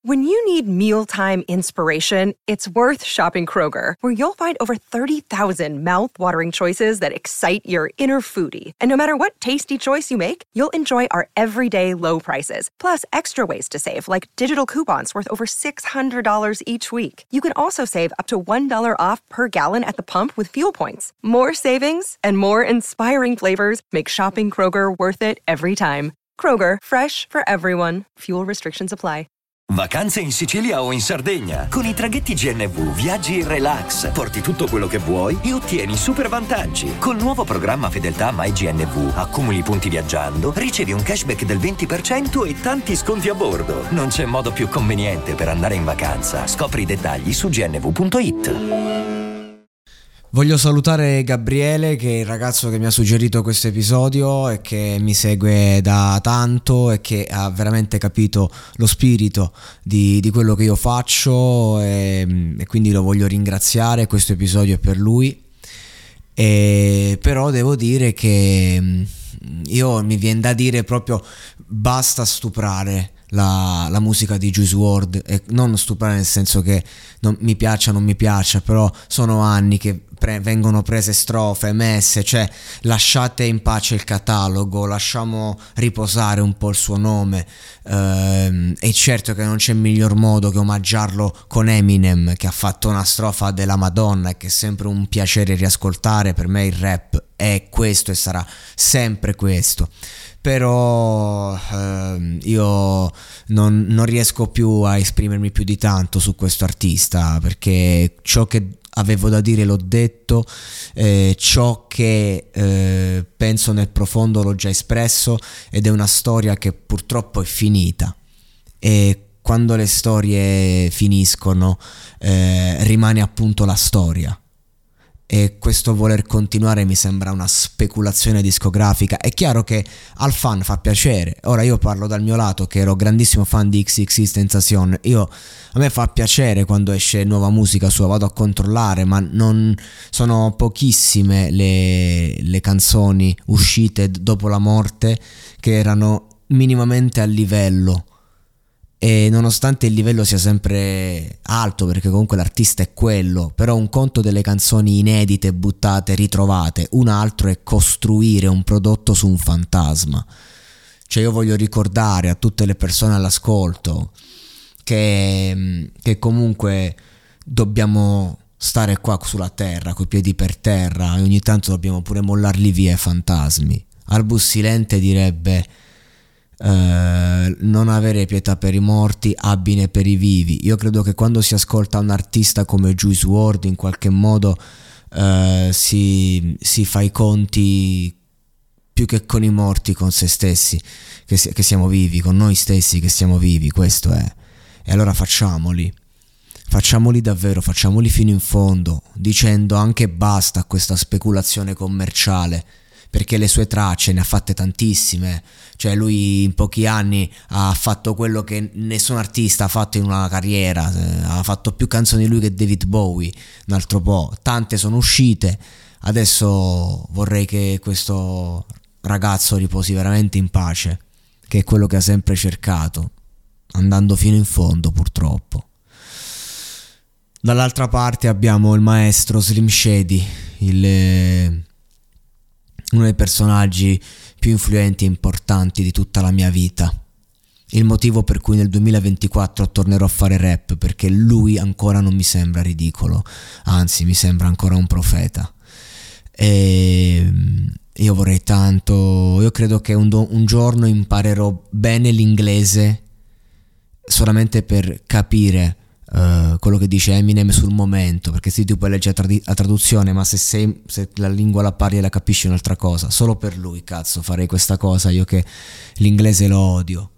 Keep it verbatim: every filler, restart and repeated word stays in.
When you need mealtime inspiration, it's worth shopping Kroger, where you'll find over thirty thousand mouth-watering choices that excite your inner foodie. And no matter what tasty choice you make, you'll enjoy our everyday low prices, plus extra ways to save, like digital coupons worth over six hundred dollars each week. You can also save up to one dollar off per gallon at the pump with fuel points. More savings and more inspiring flavors make shopping Kroger worth it every time. Kroger, fresh for everyone. Fuel restrictions apply. Vacanze in Sicilia o in Sardegna. Con i traghetti G N V viaggi in relax, porti tutto quello che vuoi e ottieni super vantaggi. Col nuovo programma Fedeltà MyGNV accumuli punti viaggiando, ricevi un cashback del venti per cento e tanti sconti a bordo. Non c'è modo più conveniente per andare in vacanza. Scopri i dettagli su g n v punto i t. Voglio salutare Gabriele, che è il ragazzo che mi ha suggerito questo episodio e che mi segue da tanto e che ha veramente capito lo spirito di, di quello che io faccio, e, e quindi lo voglio ringraziare. Questo episodio è per lui. E però devo dire che io mi viene da dire proprio basta stuprare La, la musica di Juice world, e non stuprare nel senso che non mi piaccia o non mi piaccia, però sono anni che pre- vengono prese strofe, messe, cioè lasciate in pace il catalogo, lasciamo riposare un po' il suo nome. Ehm, e certo che non c'è miglior modo che omaggiarlo con Eminem, che ha fatto una strofa della Madonna e che è sempre un piacere riascoltare. Per me il rap è questo e sarà sempre questo. Però ehm, io non, non riesco più a esprimermi più di tanto su questo artista, perché ciò che avevo da dire l'ho detto, eh, ciò che eh, penso nel profondo l'ho già espresso, ed è una storia che purtroppo è finita, e quando le storie finiscono eh, rimane appunto la storia. E questo voler continuare mi sembra una speculazione discografica. È chiaro che al fan fa piacere. Ora io parlo dal mio lato, che ero grandissimo fan di X X Tentacion. Io, a me fa piacere quando esce nuova musica sua, vado a controllare, ma non sono pochissime le, le canzoni uscite dopo la morte che erano minimamente a livello. E nonostante il livello sia sempre alto, perché comunque l'artista è quello, però un conto delle canzoni inedite, buttate, ritrovate, un altro è costruire un prodotto su un fantasma. Cioè io voglio ricordare a tutte le persone all'ascolto che, che comunque dobbiamo stare qua sulla terra, coi piedi per terra, e ogni tanto dobbiamo pure mollarli via i fantasmi. Albus Silente direbbe: Uh, non avere pietà per i morti, abbine per i vivi. Io credo che quando si ascolta un artista come Juice world, in qualche modo uh, si, si fa i conti più che con i morti, con se stessi che, si, che siamo vivi, con noi stessi che siamo vivi. Questo è. E allora facciamoli facciamoli davvero, facciamoli fino in fondo, dicendo anche basta a questa speculazione commerciale, perché le sue tracce ne ha fatte tantissime. Cioè lui in pochi anni ha fatto quello che nessun artista ha fatto in una carriera, ha fatto più canzoni lui che David Bowie, un altro po', tante sono uscite. Adesso vorrei che questo ragazzo riposi veramente in pace, che è quello che ha sempre cercato, andando fino in fondo purtroppo. Dall'altra parte abbiamo il maestro Slim Shady, il uno dei personaggi più influenti e importanti di tutta la mia vita. Il motivo per cui nel duemilaventiquattro tornerò a fare rap, perché lui ancora non mi sembra ridicolo, anzi mi sembra ancora un profeta. E io vorrei tanto, io credo che un, do, un giorno imparerò bene l'inglese solamente per capire Uh, quello che dice Eminem sul momento, perché se tu puoi leggere la, trad- la traduzione, ma se, sei, se la lingua la parli e la capisci è un'altra cosa. Solo per lui, cazzo, farei questa cosa, io che l'inglese lo odio.